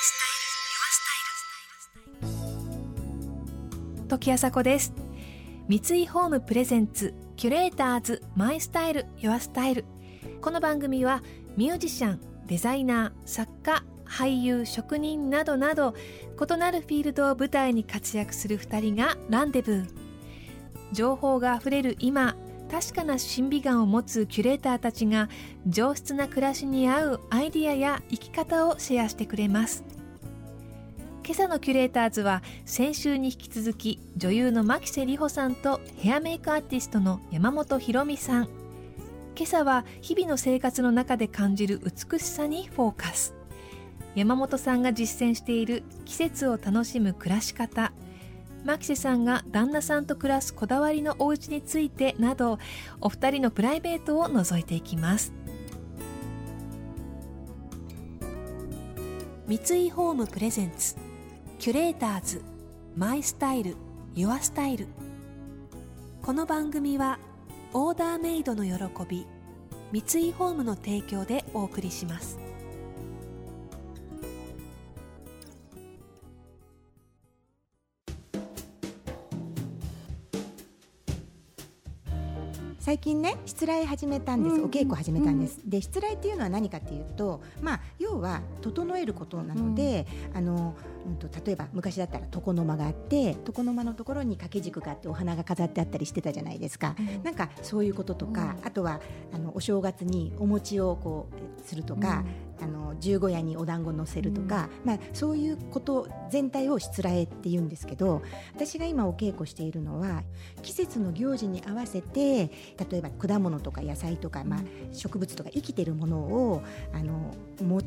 時あさこです。三井ホームプレゼンツキュレーターズマイスタイルユアスタイル。この番組はミュージシャン、デザイナー、作家、俳優、職人などなど異なるフィールドを舞台に活躍する2人がランデブー。情報があふれる今、確かな審美眼を持つキュレーターたちが上質な暮らしに合うアイディアや生き方をシェアしてくれます。今朝のキュレーターズは先週に引き続き女優の牧瀬里穂さんとヘアメイクアーティストの山本ひろみさん。今朝は日々の生活の中で感じる美しさにフォーカス。山本さんが実践している季節を楽しむ暮らし方、牧瀬さんが旦那さんと暮らすこだわりのお家についてなど、お二人のプライベートを覗いていきます。三井ホームプレゼンツキュレーターズマイスタイルユアスタイル。この番組はオーダーメイドの喜び、三井ホームの提供でお送りします。 最近ね、し来始めたんです、お稽古始めたんです、でし来っていうのは何かっていうと、要は整えることなので、例えば昔だったら床の間があって、床の間のところに掛け軸があってお花が飾ってあったりしてたじゃないですか、なんかそういうこととか、あとはお正月にお餅をこうするとか、十五夜にお団子乗せるとか、そういうこと全体をしつらえって言うんですけど、私が今お稽古しているのは季節の行事に合わせて、例えば果物とか野菜とか、植物とか生きているものを持って、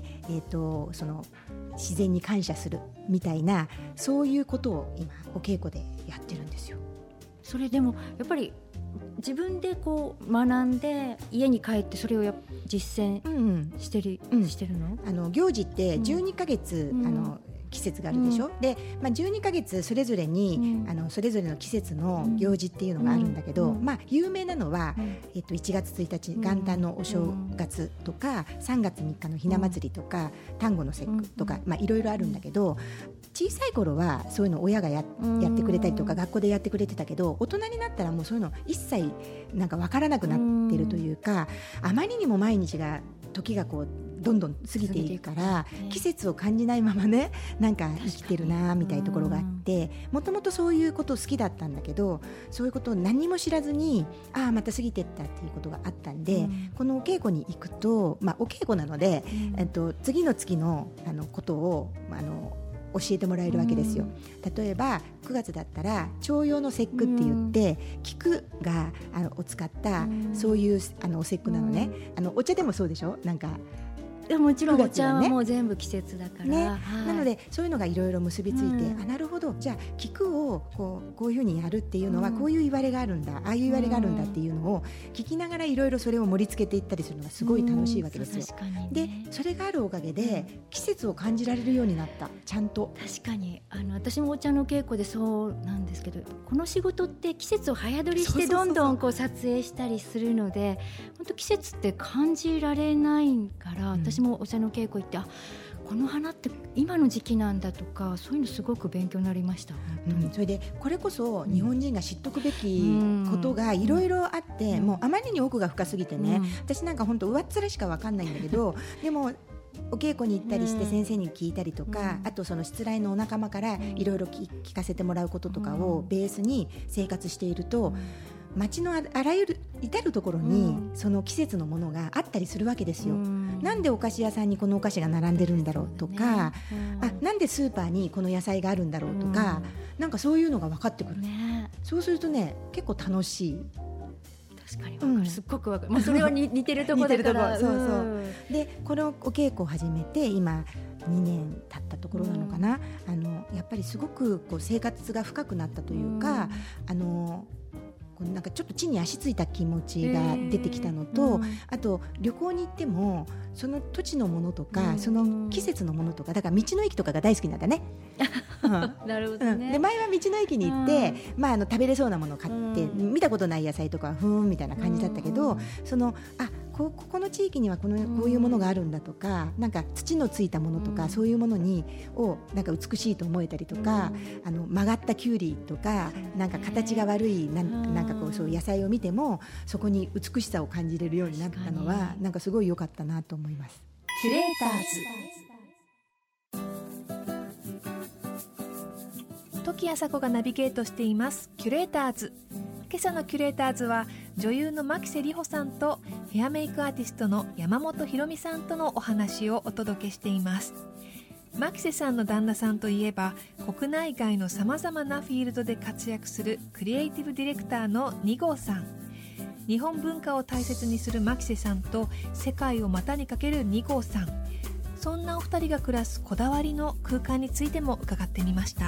その自然に感謝するみたいな、そういうことを今お稽古でやってるんですよ。 それでもやっぱり自分でこう学んで家に帰ってそれを実践してるの？ 行事って12ヶ月、季節があるでしょ、で、12ヶ月それぞれに、それぞれの季節の行事っていうのがあるんだけど、有名なのは、1月1日元旦のお正月とか、3月3日のひな祭りとか、端午の節句とか、いろいろあるんだけど、小さい頃はそういうの親がやってくれたりとか、学校でやってくれてたけど、大人になったらもうそういうの一切なんか分からなくなってるというか、あまりにも毎日が時がこうどんどん過ぎていくから、季節を感じないままね、なんか生きてるなみたいなところがあって、もともとそういうこと好きだったんだけど、そういうことを何も知らずに、また過ぎてったっていうことがあったんで、このお稽古に行くと、お稽古なので、次の月のことを教えてもらえるわけですよ。例えば9月だったら重陽の節句って言って、菊がを使ったそういうお節句なのね。お茶でもそうでしょ、なんかもちろんお茶はもう全部季節だから、 なのでそういうのがいろいろ結びついて、なるほど、じゃあ菊をこういうふうにやるっていうのはこういう言われがあるんだ、ああいう言われがあるんだっていうのを聞きながら、いろいろそれを盛り付けていったりするのがすごい楽しいわけですよ。でそれがあるおかげで季節を感じられるようになった。ちゃんと確かに私もお茶の稽古でそうなんですけど、この仕事って季節を早撮りしてどんどんこう撮影したりするので、本当季節って感じられないから、私もお茶の稽古行って、この花って今の時期なんだとか、そういうのすごく勉強になりました。 それでこれこそ日本人が知っとくべきことがいろいろあって、もうあまりに奥が深すぎてね、私なんか本当上っ面しか分かんないんだけどでもお稽古に行ったりして先生に聞いたりとか、あとそのしつらいのお仲間からいろいろ聞かせてもらうこととかをベースに生活していると、街のあらゆる至るところにその季節のものがあったりするわけですよ。なんでお菓子屋さんにこのお菓子が並んでるんだろうとか、なんでスーパーにこの野菜があるんだろうとか、なんかそういうのが分かってくる、そうするとね、結結構楽しい。 確かに分かる、すっごく分かる、それは似てるところだからそうそうでこのお稽古を始めて今2年経ったところなのかな、やっぱりすごくこう生活が深くなったというか、なんかちょっと地に足ついた気持ちが出てきたのと、あと旅行に行ってもその土地のものとか、その季節のものとか、だから道の駅とかが大好きなんだねなるほどね。 で前は道の駅に行って、食べれそうなものを買って、見たことない野菜とかはふーんみたいな感じだったけど、ここの地域にはこういうものがあるんだとか、なんか土のついたものとか、そういうものをなんか美しいと思えたりとか、曲がったきゅうりとか、なんか形が悪いなんかこうそう野菜を見てもそこに美しさを感じれるようになったのはなんかすごい良かったなと思います。 キュレーターズ、時あさこがナビゲートしていますキュレーターズ。今朝のキュレーターズは女優の牧瀬里穂さんとヘアメイクアーティストの山本ひろみさんとのお話をお届けしています。牧瀬さんの旦那さんといえば国内外のさまざまなフィールドで活躍するクリエイティブディレクターの2号さん。日本文化を大切にする牧瀬さんと世界を股にかける2号さん、そんなお二人が暮らすこだわりの空間についても伺ってみました。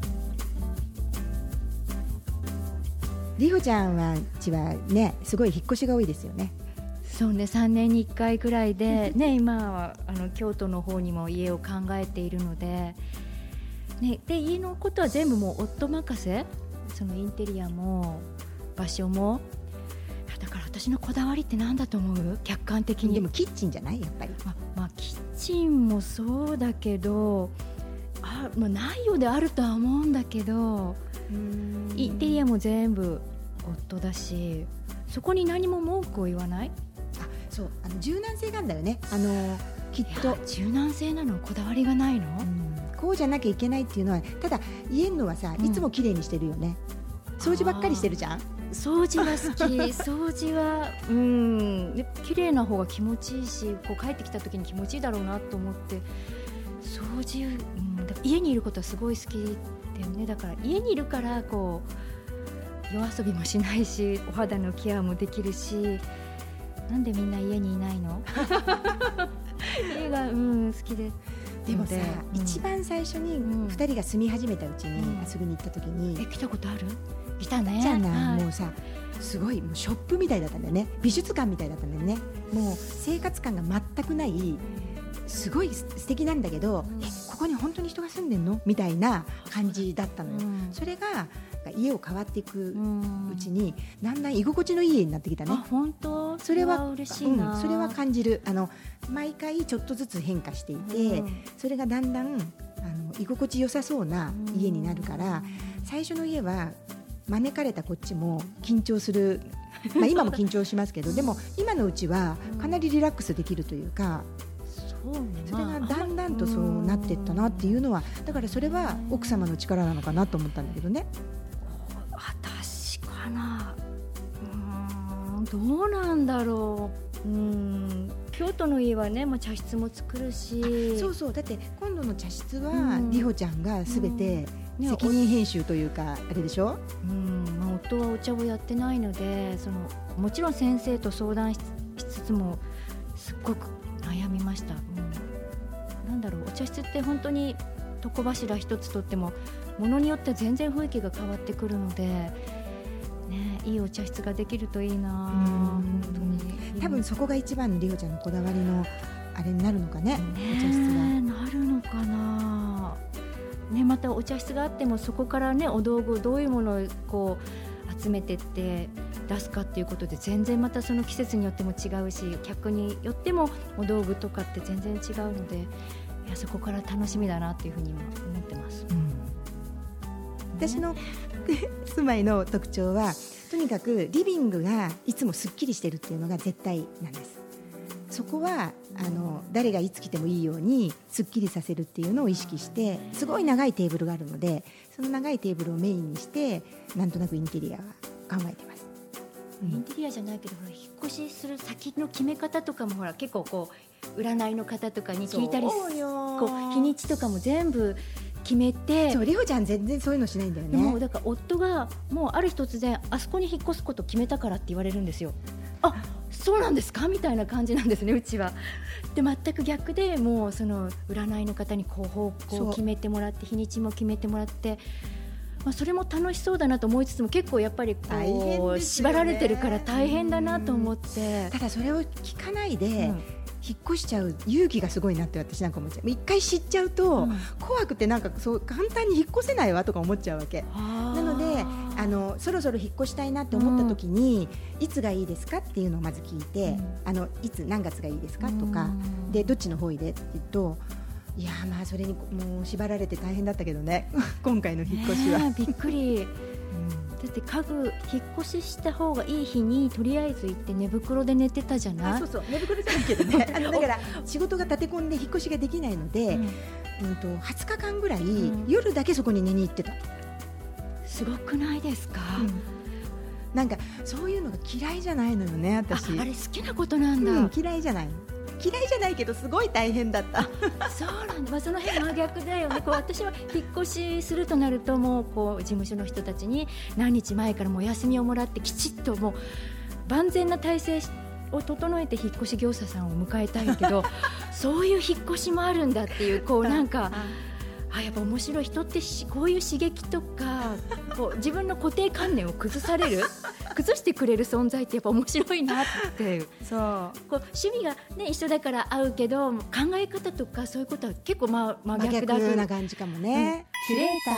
りほちゃんはちはね、すごい引っ越しが多いですよね。 そうね、3年に1回くらいで、ね、今は京都の方にも家を考えているので、ね、で家のことは全部もう夫任せ、そのインテリアも場所も。だから私のこだわりって何だと思う？客観的に。 でもキッチンじゃない？やっぱり、 キッチンもそうだけど、ないようであるとは思うんだけど、インテリアも全部夫だし、そこに何も文句を言わない。 そう、柔軟性があるんだよね。きっと柔軟性なの？こだわりがないの？ こうじゃなきゃいけないっていうのは、ただ言えるのはさ、いつも綺麗にしてるよね。掃除ばっかりしてるじゃん。 掃除は好き掃除は綺麗な方が気持ちいいし、こう帰ってきた時に気持ちいいだろうなと思って掃除、だから家にいることはすごい好きだよね。だから家にいるからこう夜遊びもしないし、お肌のケアもできるし。なんでみんな家にいないの？家が、好きで。 でもさ、一番最初に2人が住み始めたうちに遊びに行った時に、 来たことある？来たね。 じゃあな、もうさ、すごいもうショップみたいだったんだよね。美術館みたいだったんだよね。もう生活感が全くない、すごい素敵なんだけど、ここに本当に人が住んでんのみたいな感じだったのよ。それが家を変わっていくうちに、だんだん居心地のいい家になってきたね。 本当？ それは嬉しいな。 それは感じる。毎回ちょっとずつ変化していて、それがだんだん居心地良さそうな家になるから、最初の家は招かれたこっちも緊張する、今も緊張しますけどでも今のうちはかなりリラックスできるというか、それがだんだんとそうなっていったなっていうのは、だからそれは奥様の力なのかなと思ったんだけどね。 私かな、どうなんだろう。京都の家はね、茶室も作るし。 そうだって今度の茶室はりほちゃんがすべて責任編集というかあれでしょ。 夫はお茶をやってないので、もちろん先生と相談しつつもすっごく悩みました。なんだろう、お茶室って本当に床柱一つとってもものによっては全然雰囲気が変わってくるので、いいお茶室ができるといいな。本当に多分そこが一番のりほちゃんのこだわりのあれになるのかね。お茶室がなるのかな。またお茶室があってもそこからね、お道具をどういうものをこう集めてって出すかっていうことで全然またその季節によっても違うし、客によってもお道具とかって全然違うので、そこから楽しみだなっていうふうに今思ってます。 私の住まいの特徴は、とにかくリビングがいつもすっきりしてるっていうのが絶対なんです。そこは誰がいつ来てもいいようにすっきりさせるっていうのを意識して、すごい長いテーブルがあるので、その長いテーブルをメインにしてなんとなくインテリアは考えてます。 インテリアじゃないけど、引っ越しする先の決め方とかも結構こう占いの方とかに聞いたり、日にちとかも全部決めて。 りほちゃん全然そういうのしないんだよね。 もうだから夫がもうある日突然あそこに引っ越すこと決めたからって言われるんですよ。そうなんですかみたいな感じなんですね、うちは。で全く逆で、もうその占いの方にこう方向を決めてもらって、日にちも決めてもらって、それも楽しそうだなと思いつつも、結構やっぱりこう縛られてるから大変だなと思って。 ただそれを聞かないで、 引っ越しちゃう勇気がすごいなって私なんか思っちゃう。一回知っちゃうと、怖くてなんかそう簡単に引っ越せないわとか思っちゃうわけなので、そろそろ引っ越したいなって思った時に、いつがいいですかっていうのをまず聞いて、いつ何月がいいですかとかで、どっちの方位でって言うと、いやまあそれにもう縛られて大変だったけどね今回の引っ越しは、 びっくりだって家具引っ越しした方がいい日にとりあえず行って寝袋で寝てたじゃない。 そうそう、寝袋じゃないけどねだから仕事が立て込んで引っ越しができないので、20日間ぐらい、夜だけそこに寝に行ってた。 すごくないですか、 なんかそういうのが嫌いじゃないのよね私。 あれ好きなことなんだ、 嫌いじゃないけどすごい大変だったそうなんだ、その辺真逆だよね。私は引っ越しするとなるともう事務所の人たちに何日前からもう休みをもらってきちっともう万全な体制を整えて引っ越し業者さんを迎えたいけどそういう引っ越しもあるんだっていう、なんかやっぱ面白い。人ってこういう刺激とか自分の固定観念を崩してくれる存在ってやっぱ面白いなってそう趣味が、一緒だから合うけど考え方とかそういうことは結構真逆だな感じかもね、 キュレータ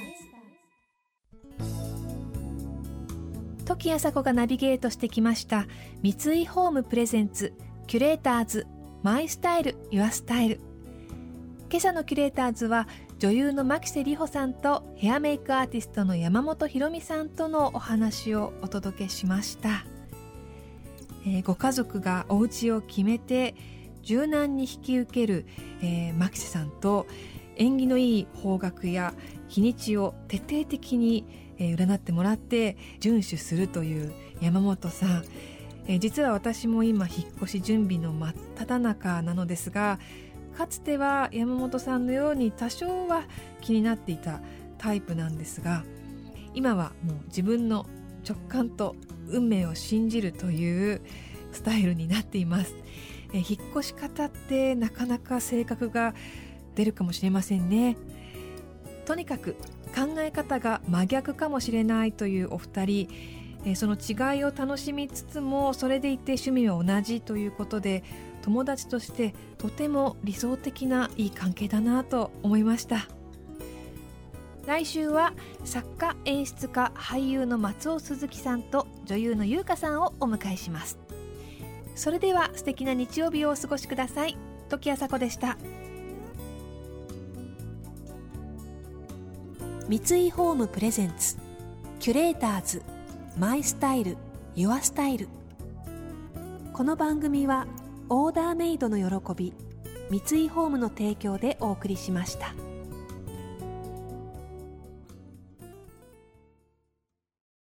ーズ時あさこがナビゲートしてきました三井ホームプレゼンツキュレーターズマイスタイルユアスタイル。今朝のキュレーターズは女優の牧瀬里穂さんとヘアメイクアーティストの山本ひろみさんとのお話をお届けしました。ご家族がお家を決めて柔軟に引き受ける、牧瀬さんと縁起のいい方角や日にちを徹底的に、占ってもらって遵守するという山本さん、実は私も今引っ越し準備の真っ只中なのですが、かつては山本さんのように多少は気になっていたタイプなんですが、今はもう自分の直感と運命を信じるというスタイルになっています。引っ越し方ってなかなか性格が出るかもしれませんね。とにかく考え方が真逆かもしれないというお二人、その違いを楽しみつつもそれでいて趣味は同じということで、友達としてとても理想的ないい関係だなと思いました。来週は作家演出家俳優の松尾鈴木さんと女優の優香さんをお迎えします。それでは素敵な日曜日をお過ごしください。時あさこでした。三井ホームプレゼンツキュレーターズマイスタイルユアスタイル。この番組はオーダーメイドの喜び三井ホームの提供でお送りしました。